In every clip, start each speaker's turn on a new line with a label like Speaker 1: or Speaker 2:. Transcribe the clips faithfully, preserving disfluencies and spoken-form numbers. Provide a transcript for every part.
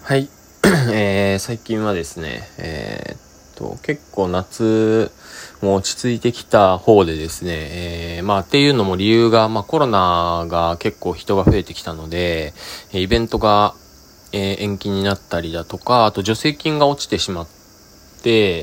Speaker 1: はい、えー、最近はですね、えー、っと結構夏も落ち着いてきた方でですね、えー、まあっていうのも理由が、まあコロナが結構人が増えてきたので、イベントが、えー、延期になったりだとか、あと助成金が落ちてしまって、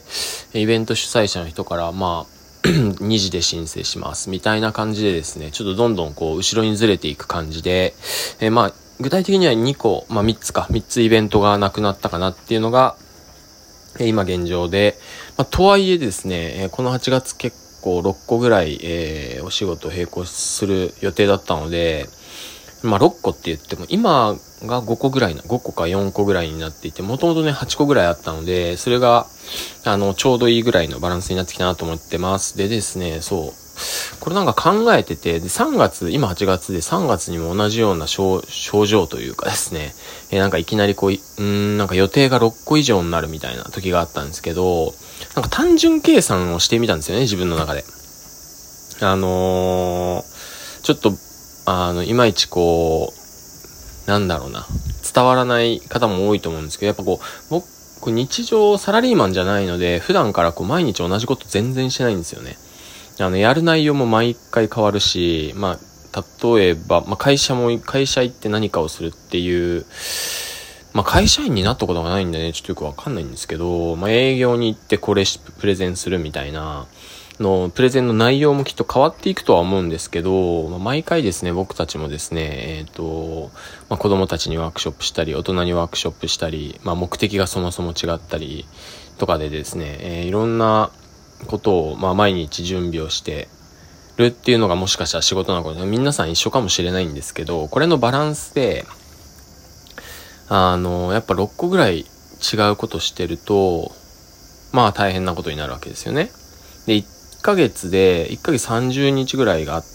Speaker 1: イベント主催者の人からまあにじで申請しますみたいな感じでですね、ちょっとどんどんこう後ろにずれていく感じで、えー、まあ具体的にはにこ、まあみっつか、みっつイベントがなくなったかなっていうのが、えー、今現状で、まあとはいえですね、えー、このはちがつ結構ろっこぐらい、えー、お仕事を並行する予定だったので、まあろっこって言っても今がごこぐらいな、ごこかよんこぐらいになっていて、もともとねはちこぐらいあったので、それが、あの、ちょうどいいぐらいのバランスになってきたなと思ってます。でですね、そう。これなんか考えてて、で、さんがつ、今はちがつでさんがつにも同じような症、症状というかですね、えー、なんかいきなりこう、うーん、なんか予定がろっこ以上になるみたいな時があったんですけど、なんか単純計算をしてみたんですよね、自分の中で。あのー、ちょっと、あの、いまいちこう、なんだろうな、伝わらない方も多いと思うんですけど、やっぱこう、僕、日常サラリーマンじゃないので、普段からこう、毎日同じこと全然してないんですよね。あの、やる内容も毎回変わるし、まあ、例えば、まあ、会社も、会社行って何かをするっていう、まあ、会社員になったことがないんでね、ちょっとよくわかんないんですけど、まあ、営業に行ってこれプレゼンするみたいな、の、プレゼンの内容もきっと変わっていくとは思うんですけど、まあ、毎回ですね、僕たちもですね、えっと、まあ、子供たちにワークショップしたり、大人にワークショップしたり、まあ、目的がそもそも違ったり、とかでですね、えー、いろんなことを、まあ、毎日準備をしてるっていうのがもしかしたら仕事なのか、皆さん一緒かもしれないんですけど、これのバランスで、あの、やっぱろっこぐらい違うことしてると、まあ大変なことになるわけですよね。で、いっかげつで、いっかげつさんじゅうにちぐらいがあって、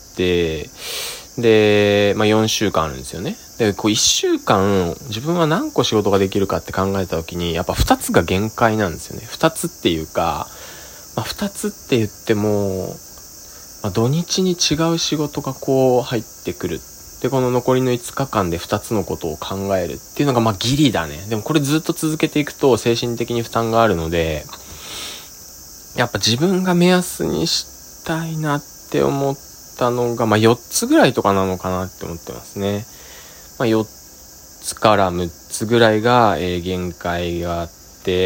Speaker 1: で、まあよんしゅうかんあるんですよね。で、こういっしゅうかん自分は何個仕事ができるかって考えたときに、やっぱふたつが限界なんですよね。ふたつっていうか、まあふたつって言っても、まあ、土日に違う仕事がこう入ってくる。で、この残りのいつかかんでふたつのことを考えるっていうのがまあギリだね。でもこれずっと続けていくと精神的に負担があるので、やっぱ自分が目安にしたいなって思ったのが、まあよっつぐらいとかなのかなって思ってますね。まあよっつからむっつぐらいが、えー、限界があって、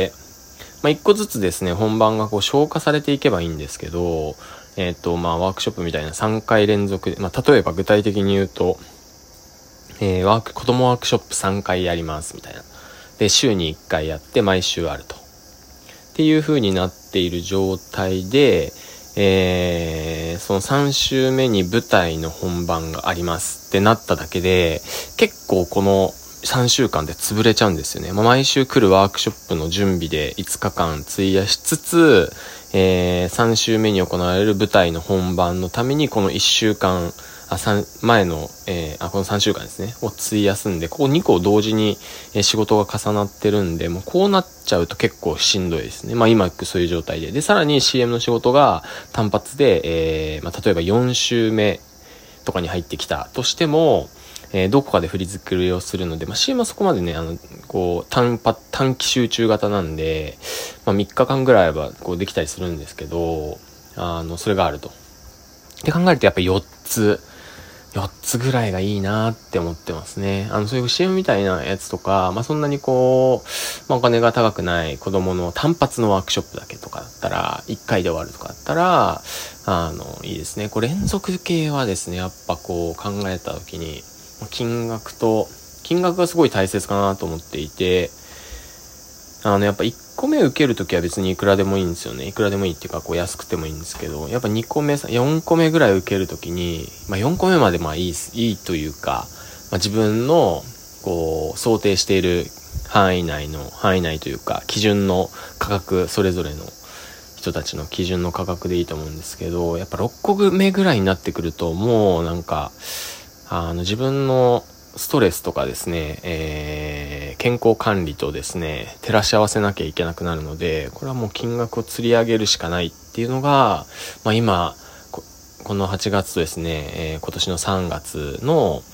Speaker 1: まあいっこずつですね、本番がこう消化されていけばいいんですけど、えっと、まあ、ワークショップみたいなさんかい連続で、まあ、例えば具体的に言うと、えー、ワーク、子供ワークショップさんかいやります、みたいな。で、週にいっかいやって、毎週あると。っていう風になっている状態で、えー、そのさん週目に舞台の本番がありますってなっただけで、結構このさんしゅうかんで潰れちゃうんですよね。まあ、毎週来るワークショップの準備でいつかかん費やしつつ、えー、さん週目に行われる舞台の本番のためにこのいっしゅうかん、あ、さん、前の、えー、あ、このさんしゅうかんですね、を費やすんで、ここにこ同時に、えー、仕事が重なってるんで、もうこうなっちゃうと結構しんどいですね。まあ今そういう状態で。で、さらに シーエム の仕事が単発で、えー、まあ例えばよん週目とかに入ってきたとしても、えー、どこかで振り作りをするので、まあ、シーエム はそこまでね、あの、こう、単発、短期集中型なんで、まあ、みっかかんぐらいは、こう、できたりするんですけど、あの、それがあると。って考えると、やっぱよっつ、よっつぐらいがいいなって思ってますね。あの、そういう シーエム みたいなやつとか、まあ、そんなにこう、まあ、お金が高くない子供の単発のワークショップだけとかだったら、いっかいで終わるとかだったら、あの、いいですね。これ連続系はですね、やっぱこう考えたときに、金額と、金額がすごい大切かなと思っていて、あの、やっぱいっこめ受けるときは別にいくらでもいいんですよね。いくらでもいいっていうか、こう安くてもいいんですけど、やっぱにこめ、よんこめぐらい受けるときに、まあよんこめまでまあいい、いいというか、まあ自分の、こう、想定している範囲内の、範囲内というか、基準の価格、それぞれの人たちの基準の価格でいいと思うんですけど、やっぱろっこめぐらいになってくると、もうなんか、あの自分のストレスとかですね、えー、健康管理とですね照らし合わせなきゃいけなくなるので、これはもう金額を釣り上げるしかないっていうのが、まあ、今 こ, このはちがつとですね、えー、今年のさんがつの、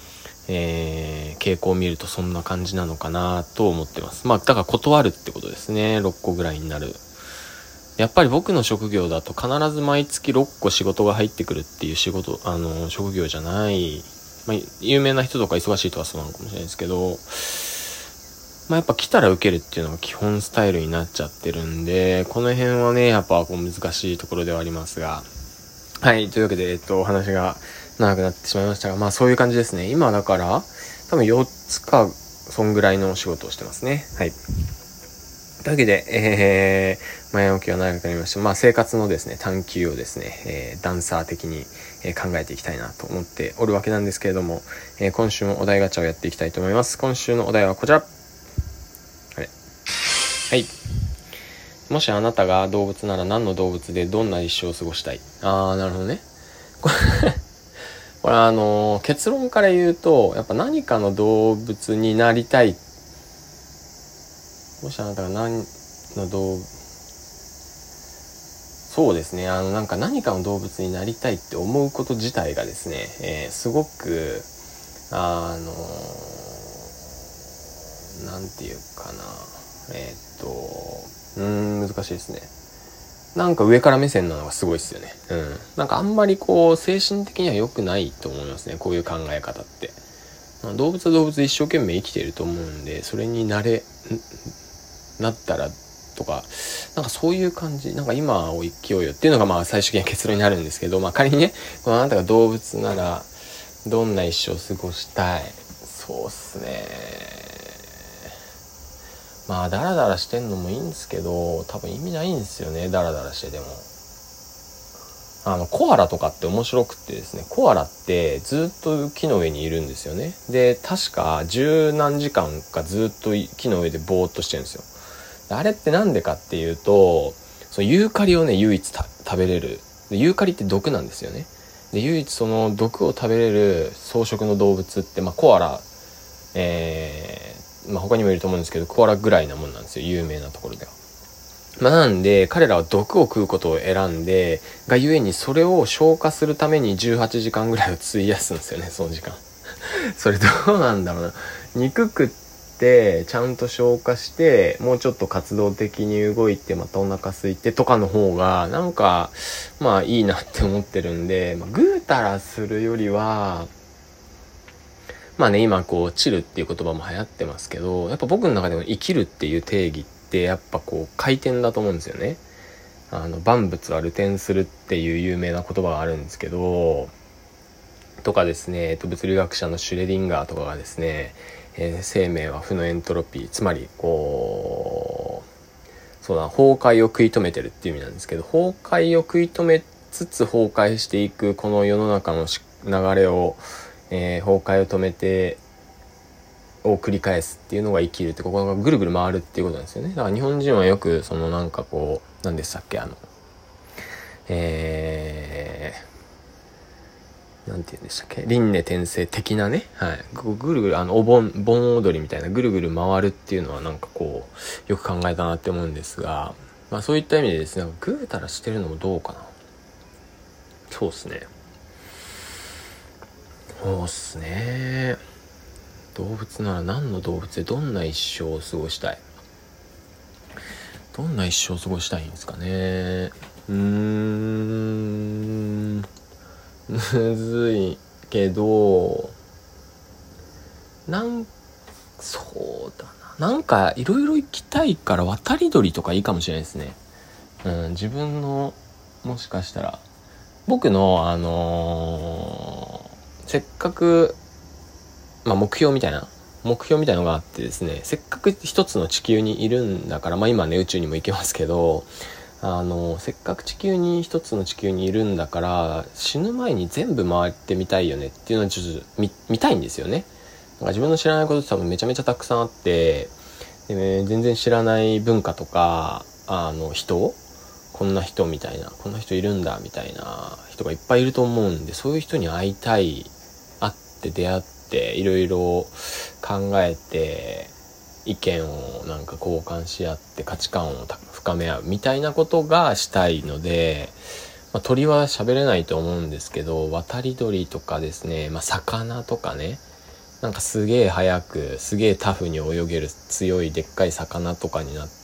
Speaker 1: えー、傾向を見るとそんな感じなのかなと思ってます。まあだから断るってことですね。ろっこぐらいになる。やっぱり僕の職業だと必ず毎月ろっこ仕事が入ってくるっていう仕事、あの、職業じゃない、まあ、有名な人とか忙しいとかそうなのかもしれないですけど、まあ、やっぱ来たら受けるっていうのが基本スタイルになっちゃってるんで、この辺はね、やっぱこう難しいところではありますが。はい、というわけで、えっと、お話が長くなってしまいましたが、まあそういう感じですね。今だから、多分よっつか、そんぐらいのお仕事をしてますね。はい。というわけで、えー、前置きは長くなりました。まあ生活のですね、探求をですね、えー、ダンサー的に、えー、考えていきたいなと思っておるわけなんですけれども、えー、今週もお題ガチャをやっていきたいと思います。今週のお題はこちら。あれ。はい。もしあなたが動物なら何の動物でどんな一生を過ごしたい？あー、なるほどね。これ、これあのー、結論から言うと、やっぱ何かの動物になりたい。もしあなたが何の動物、そうですね、あの、なんか何かの動物になりたいって思うこと自体がですね、えー、すごく、あのー、なんていうかな、えー、っと、うーん、難しいですね。なんか上から目線なのがすごいですよね。うん。なんかあんまりこう、精神的には良くないと思いますね、こういう考え方って。動物は動物で一生懸命生きていると思うんで、それになれ、なったらとか、なんかそういう感じ、なんか今を生きようよっていうのがまあ最終的な結論になるんですけど、まあ仮にね、このあなたが動物ならどんな一生を過ごしたい？そうっすね。まあダラダラしてんのもいいんですけど、多分意味ないんですよね、ダラダラしてても。あのコアラとかって面白くってですね、コアラってずっと木の上にいるんですよね。で確か十何時間かずっと木の上でぼーっとしてるんですよ。あれってなんでかっていうと、そのユーカリをね唯一食べれる。でユーカリって毒なんですよね。で唯一その毒を食べれる草食の動物って、まあ、コアラ、えーまあ、他にもいると思うんですけど、コアラぐらいなもんなんですよ、有名なところでは。まあ、なんで彼らは毒を食うことを選んでがゆえに、それを消化するためにじゅうはちじかんぐらいを費やすんですよね、その時間。それどうなんだろうな。肉食ってちゃんと消化してもうちょっと活動的に動いてまたお腹空いてとかの方がなんかまあいいなって思ってるんで、まあ、ぐうたらするよりはまあね、今こうチルっていう言葉も流行ってますけど、やっぱ僕の中でも生きるっていう定義ってやっぱこう回転だと思うんですよね。あの万物は流転するっていう有名な言葉があるんですけど、とかですね、えっと、物理学者のシュレディンガーとかがですね、えー、生命は負のエントロピー、つまりこうそうだ崩壊を食い止めてるっていう意味なんですけど、崩壊を食い止めつつ崩壊していくこの世の中の流れを、えー、崩壊を止めてを繰り返すっていうのが生きるって、ここがぐるぐる回るっていうことなんですよね。だから日本人はよくそのなんかこう何でしたっけ、あのえー、なんて言うんでしたっけ、輪廻転生的なね、はい、ぐるぐるあのお盆盆踊りみたいなぐるぐる回るっていうのはなんかこうよく考えたなって思うんですが、まあそういった意味でですね、ぐうたらしてるのもどうかな。そうっすね。そうっすね。動物なら何の動物でどんな一生を過ごしたい？どんな一生を過ごしたいんですかね。うーん、むずいけど、なんそうだな、なんかいろいろ行きたいから渡り鳥とかいいかもしれないですね。うん、自分のもしかしたら僕のあのー、せっかくまあ目標みたいな目標みたいのがあってですね、せっかく一つの地球にいるんだから、まあ今ね宇宙にも行けますけど、あのせっかく地球に一つの地球にいるんだから死ぬ前に全部回ってみたいよねっていうのをちょっと 見, 見たいんですよね。なんか自分の知らないことって多分めちゃめちゃたくさんあって、で、ね、全然知らない文化とかあの人、こんな人みたいな、こんな人いるんだみたいな人がいっぱいいると思うんで、そういう人に会いたい、会って出会っていろいろ考えて意見をなんか交換し合って価値観を深め合うみたいなことがしたいので、まあ、鳥は喋れないと思うんですけど、渡り鳥とかですね、まあ、魚とかね、 なんかすげえ速くすげえタフに泳げる強いでっかい魚とかになって、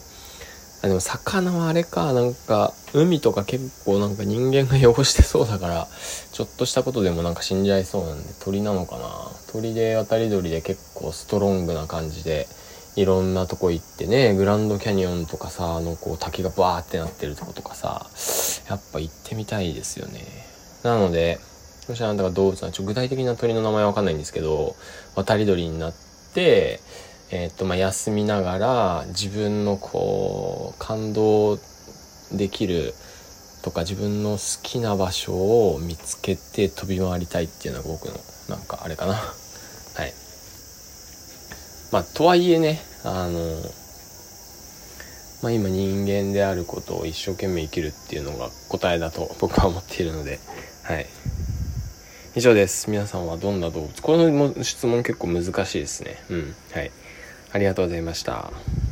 Speaker 1: あでも魚はあれか、なんか海とか結構なんか人間が汚してそうだから、ちょっとしたことでもなんか死んじゃいそうなんで、鳥なのかな。鳥で渡り鳥で結構ストロングな感じでいろんなとこ行ってね、グランドキャニオンとかさ、あのこう滝がバーってなってるとことかさ、やっぱ行ってみたいですよね。なのでもしあなたが動物はちょ具体的な鳥の名前はわかんないんですけど、渡り鳥になってえーっとまあ休みながら自分のこう感動できるとか自分の好きな場所を見つけて飛び回りたいっていうのが僕のなんかあれかな。はい。まあとはいえね、あのまあ今人間であることを一生懸命生きるっていうのが答えだと僕は思っているので、はい。以上です。皆さんはどんな動物、この質問結構難しいですね。うん。はい。ありがとうございました。